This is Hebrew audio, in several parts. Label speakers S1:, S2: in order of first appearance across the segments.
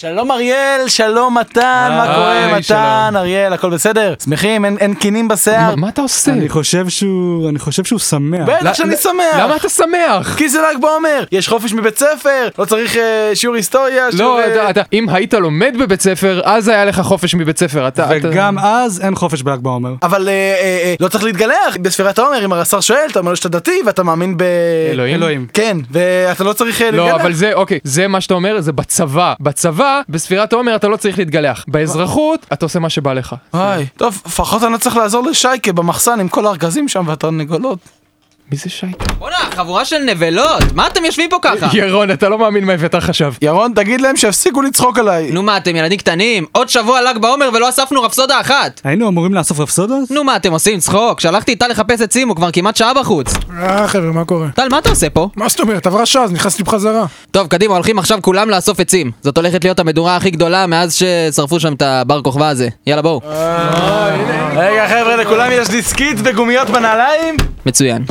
S1: שלום אריאל, שלום מתן, מה קורה מתן, אריאל, הכל בסדר? שמחים, אין קינים בשיער?
S2: מה אתה עושה?
S3: אני חושב שהוא שמח.
S1: בטח שאני שמח.
S2: למה אתה שמח?
S1: כי זה ל"ג בעומר, יש חופש מבית ספר, לא צריך שיעור היסטוריה.
S2: לא, אם היית לומד בבית ספר, אז היה לך חופש מבית ספר.
S3: וגם אז אין חופש בל"ג בעומר.
S1: אבל לא צריך להתגלח בספירת העומר, אם השר שואל, אתה אומר שאתה דתי ואתה מאמין
S3: אלוהים.
S1: כן, ואתה לא צריך להתגלח.
S2: לא, אבל זה, אוקיי, זה מה שאתה אומר, זה בצבא. בצבא, בספירת העומר אתה לא צריך להתגלח. באזרחות, אתה עושה מה שבא לך.
S1: טוב, לפחות אני צריך לעזור לשייקה במחסן עם כל הארגזים שם והתרנגולות.
S2: מי זה שייקה?
S4: בוא'נה, חבורה של נבלות, מה אתם יושבים פה ככה?
S2: ירון, אתה לא מאמין מה אביתר חשב.
S1: ירון, תגיד להם שיפסיקו לצחוק עליי.
S4: נו מה, אתם ילדים קטנים? עוד שבוע ל"ג בעומר ולא אספנו רפסודה אחת.
S3: היינו אמורים לאסוף רפסודות?
S4: נו מה, אתם עושים צחוק? שלחתי טל לחפש עצים, הוא כבר כמעט שעה בחוץ.
S5: חבר'ה, מה קורה?
S4: טל, מה אתה עושה פה?
S5: מה זאת אומרת? עברה שעה, אז נכנסתי בחזרה.
S4: טוב, קדימה, הולכים עכשיו כולם לאסוף עצים. זאת הולכת להיות המדורה הכי גדולה מאז ששרפו שם את הבר כוכבא הזה. יאללה, בואו.
S1: רגע חבר'ה, לכולם יש דיסקית וגומיות בנעליים?
S4: מצוין.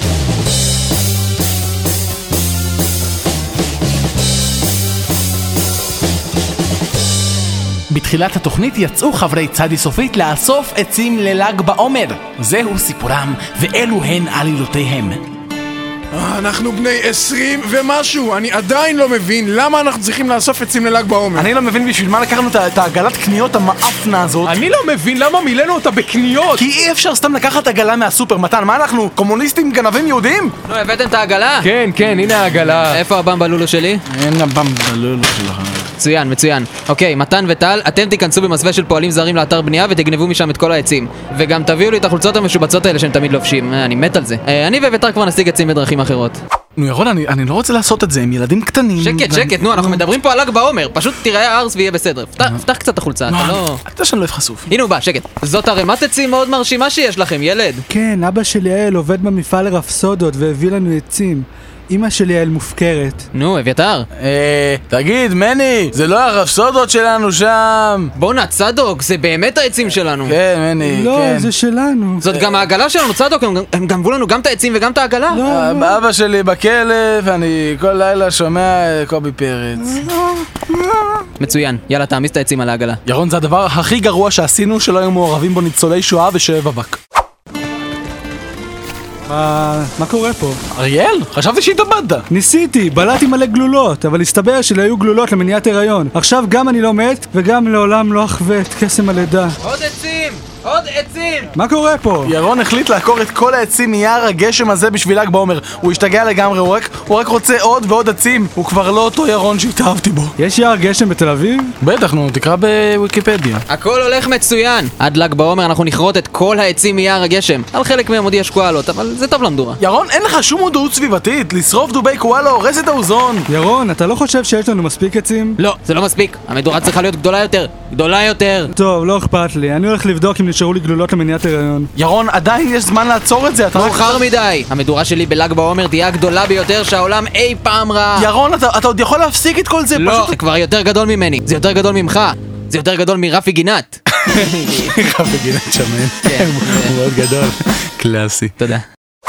S6: בתחילת התוכנית יצאו חברי צדי סופית לאסוף עצים לל"ג בעומר. זהו סיפורם, ואלו הן עלילותיהם.
S5: אנחנו בני 20 ומשהו, אני עדיין לא מבין למה אנחנו צריכים לאסוף עצים לל"ג בעומר.
S1: אני לא מבין בשביל מה לקחנו את העגלת קניות המאפנה הזאת.
S2: אני לא מבין למה מילאנו אותה בקניות.
S1: כי אי אפשר סתם לקחת עגלה מהסופר, מתן, מה אנחנו? קומוניסטים גנבים יהודים?
S4: נו, הבאתם את העגלה?
S2: כן, הנה העגלה.
S4: איפה הבמבלולו שלי?
S1: אין הבמבלולו שלך.
S4: מצוין. אוקיי, מתן וטל, אתם תיכנסו במסווה של פועלים זרים לאתר בנייה ותגנבו משם את כל העצים. וגם תביאו לי את החולצות המשובצות האלה שהם תמיד לובשים. אני מת על זה. אני ואביתר כבר נשיג עצים בדרכים אחרות.
S1: נו ירון, אני לא רוצה לעשות את זה, הם ילדים קטנים.
S4: שקט, נו, אנחנו מדברים פה על ל"ג בעומר. פשוט תראה ארס ויהיה בסדר. פתח קצת את החולצה, אתה לא...
S1: אתה שאני לא אוהב חשוף.
S4: הנה הוא בא, שקט. זאת ערימת עצים מאוד מרשימה שיש לכם, ילד.
S3: כן, אבא שלי יעל עובד במפעל לרפסודות והביא לנו עצים. אמא שלי יעל מופקרת.
S4: נו, אביתר.
S1: תגיד, מני, זה לא הרפסודות שלנו שם.
S4: בואנה, צדוק, זה באמת העצים שלנו.
S1: כן, מני,
S3: לא,
S1: כן.
S3: זה שלנו.
S4: זאת גם העגלה שלנו, צדוק, הם גנבו לנו גם את העצים וגם את העגלה.
S1: אבא שלי בכלא, ואני כל לילה שומע קובי פרץ.
S4: מצוין, יאללה, תעמיס את העצים על העגלה.
S1: ירון, זה הדבר הכי גרוע שעשינו, שלא היו מעורבים בו ניצולי שואה ושואב אבק.
S3: מה קורה פה?
S1: אריאל? חשבתי שהתאבדת.
S3: ניסיתי, בלעתי מלא גלולות, אבל הסתבר שלא היו גלולות למניעת הריון. עכשיו גם אני לא מת, וגם לעולם לא אחווה את קסם הלידה.
S4: עוד עצים! עוד עצים!
S3: מה קורה פה?
S1: ירון החליט לעקור את כל העצים מיער הגשם הזה בשביל ל"ג בעומר. הוא השתגע לגמרי, הוא רק רוצה עוד ועוד עצים. הוא כבר לא אותו ירון שהתאהבתי בו.
S3: יש יער גשם בתל אביב?
S1: בטח, נו, תקרא בוויקיפדיה.
S4: הכל הולך מצוין. עד ל"ג בעומר אנחנו נכרות את כל העצים מיער הגשם. על חלק מהם עוד יש קואלות, אבל זה טוב למדורה.
S1: ירון, אין לך שום מודעות סביבתית. לשרוף דובי קואלה הורס את האוזון.
S3: ירון, אתה לא חושב שיש לנו מספיק עצים?
S4: לא, זה לא מספיק. המדורה צריכה להיות גדולה יותר. גדולה יותר.
S3: טוב, לא אכפת לי. אני הולך לבדוק אם נשארו לי גלולות למניעת הריון.
S1: ירון, עדיין יש זמן לעצור את זה.
S4: מאוחר מדי. המדורה שלי בל"ג בעומר תהיה הגדולה ביותר שהעולם אי פעם ראה.
S1: ירון, אתה עוד יכול להפסיק את כל זה.
S4: לא,
S1: פשוט...
S4: זה כבר יותר גדול ממני. זה יותר גדול ממך. זה יותר גדול מרפי גינת.
S1: רפי גינת שמן. הוא מאוד גדול. קלאסי.
S4: תודה.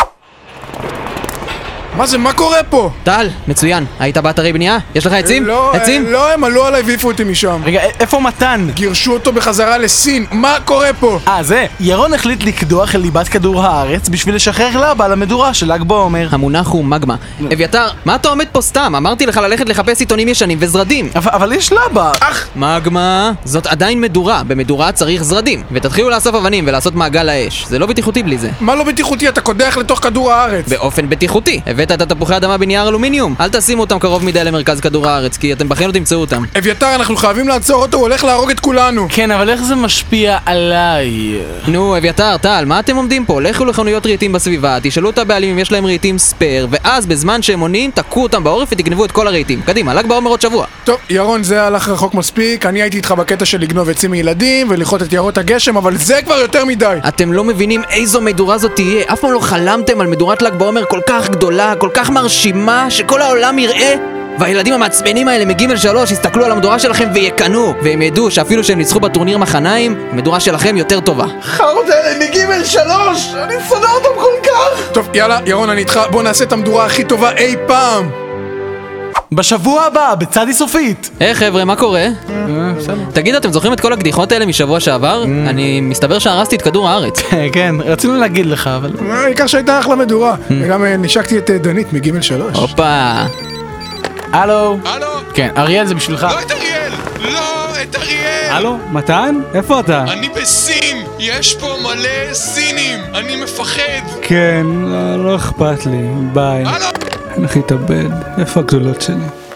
S5: מה זה, מה קורה פה?
S4: טל, מצוין. היית באתרי בנייה? יש לך עצים? עצים?
S5: לא, הם עלו עליי והעיפו אותי משם.
S1: רגע, איפה מתן?
S5: גירשו אותו בחזרה לסין, מה קורה פה?
S1: זה. ירון החליט לקדוח אל ליבת כדור הארץ בשביל לשחרר לבה על המדורה של ל"ג בעומר.
S4: המונח הוא מגמה. אביתר, מה אתה עומד פה סתם? אמרתי לך ללכת לחפש עיתונים ישנים וזרדים.
S1: אבל יש לבה.
S4: מגמה, זאת עדיין מדורה. במדורה צריך זרדים. ותתחילו לאסוף אבנים ולעשות מעגל האש. זה לא בטיחותי בלי זה.
S5: מה לא בטיחותי? אתה קודח לתוך כדור הארץ.
S4: באופן בטיחותי. הבאת את התפוחי אדמה בנייר אלומיניום. אל תשימו אותם קרוב מדי למרכז כדור הארץ, כי אתם בכלל לא תמצאו אותם.
S5: אביתר, אנחנו חייבים לעצור אותו, הוא הולך להרוג את כולנו.
S1: כן, אבל איך זה משפיע עליי?
S4: נו, אביתר, טל, מה אתם עומדים פה? לכו לחנויות רהיטים בסביבה, תשאלו את הבעלים אם יש להם רהיטים ספייר, ואז בזמן שהם עונים, תקעו אותם בעורף ותגנבו את כל הרהיטים. קדימה, ל"ג בעומר עוד שבוע.
S5: טוב, ירון, זה הלך רחוק מספיק. אני הייתי איתך בקטע של לגנוב עצים מילדים ולכרות את יערות הגשם, אבל זה כבר יותר מדי.
S4: אתם לא מבינים איזו מדורה זאת תהיה. אף פעם לא חלמתם על מדורת ל"ג בעומר כל כך גדולה, כל כך מרשימה, שכל העולם יראה? והילדים המעצבנים האלה מ-3 יסתכלו על המדורה שלכם ויקנו, והם ידעו שאפילו שהם ניצחו בטורניר מחניים, המדורה שלכם יותר טובה.
S1: חרות האלה מ-3, אני שונא אותם כל כך.
S5: טוב, יאללה, ירון, אני איתך, בוא נעשה את המדורה הכי טובה אי פעם.
S1: בשבוע הבא, בצדי סופית.
S4: היי חבר'ה, מה קורה? תגיד, אתם זוכרים את כל הקדיחות האלה משבוע שעבר? אני מסתבר שהרסתי את כדור הארץ.
S1: כן, רצינו להגיד לך, אבל...
S5: העיקר שהייתה אחלה מדורה. וגם נשקתי את דנית מגימל 3.
S4: הופה.
S1: הלו?
S6: הלו?
S1: כן, אריאל זה בשבילך.
S6: לא את אריאל! לא את אריאל!
S3: הלו? מתן? איפה אתה?
S6: אני בסין! יש פה מלא סינים! אני מפחד!
S3: כן, לא אכפת לי, ביי.
S6: הלו?
S3: אין לך להתאבד, איפה הגדולות שלי?